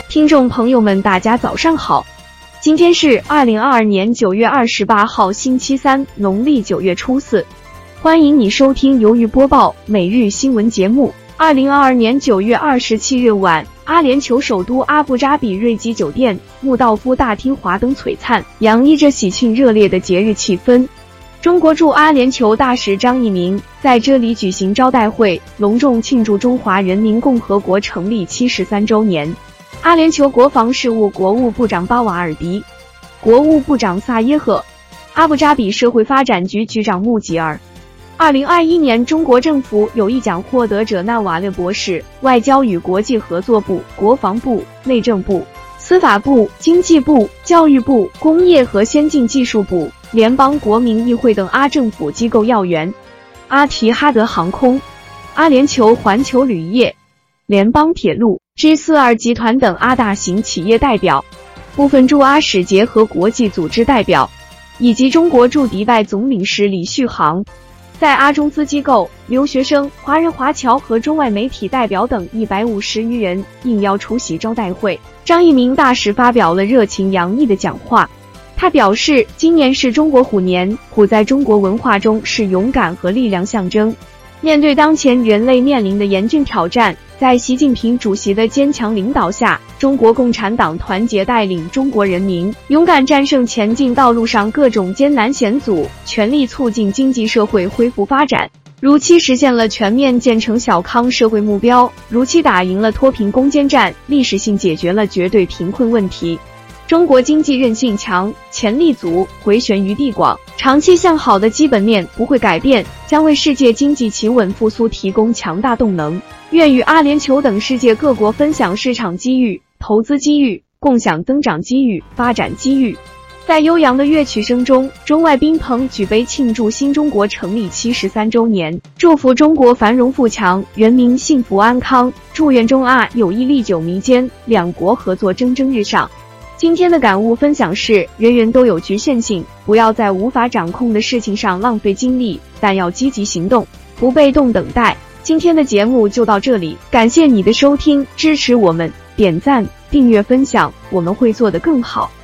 听众朋友们，大家早上好！今天是2022年9月28号，星期三，农历9月初4。欢迎你收听由于播报每日新闻节目。2022年9月27日晚，阿联酋首都阿布扎比瑞吉酒店穆道夫大厅华灯璀璨，洋溢着喜庆热烈的节日气氛。中国驻阿联酋大使张一鸣在这里举行招待会，隆重庆祝中华人民共和国成立73周年。阿联酋国防事务国务部长巴瓦尔迪、国务部长萨耶赫、阿布扎比社会发展局局长穆吉尔。2021年，中国政府有意奖获得者纳瓦勒博士，外交与国际合作部、国防部、内政部、司法部、经济部、教育部、工业和先进技术部、联邦国民议会等阿政府机构要员，阿提哈德航空、阿联酋环球铝业、联邦铁路、G42集团等阿大型企业代表，部分驻阿使节和国际组织代表，以及中国驻迪拜总领事李旭航。在阿中资机构、留学生、华人华侨和中外媒体代表等150余人应邀出席招待会。张一鸣大使发表了热情洋溢的讲话。他表示，今年是中国虎年，虎在中国文化中是勇敢和力量象征。面对当前人类面临的严峻挑战，在习近平主席的坚强领导下，中国共产党团结带领中国人民，勇敢战胜前进道路上各种艰难险阻，全力促进经济社会恢复发展，如期实现了全面建成小康社会目标，如期打赢了脱贫攻坚战，历史性解决了绝对贫困问题。中国经济韧性强，潜力足，回旋余地广，长期向好的基本面不会改变，将为世界经济企稳复苏提供强大动能。愿与阿联酋等世界各国分享市场机遇、投资机遇，共享增长机遇、发展机遇。在悠扬的乐曲声中，中外宾朋举杯庆祝新中国成立73周年，祝福中国繁荣富强，人民幸福安康，祝愿中阿友谊历久弥坚，两国合作蒸蒸日上。今天的感悟分享是：人人都有局限性，不要在无法掌控的事情上浪费精力，但要积极行动，不被动等待。今天的节目就到这里，感谢你的收听，支持我们，点赞、订阅、分享，我们会做得更好。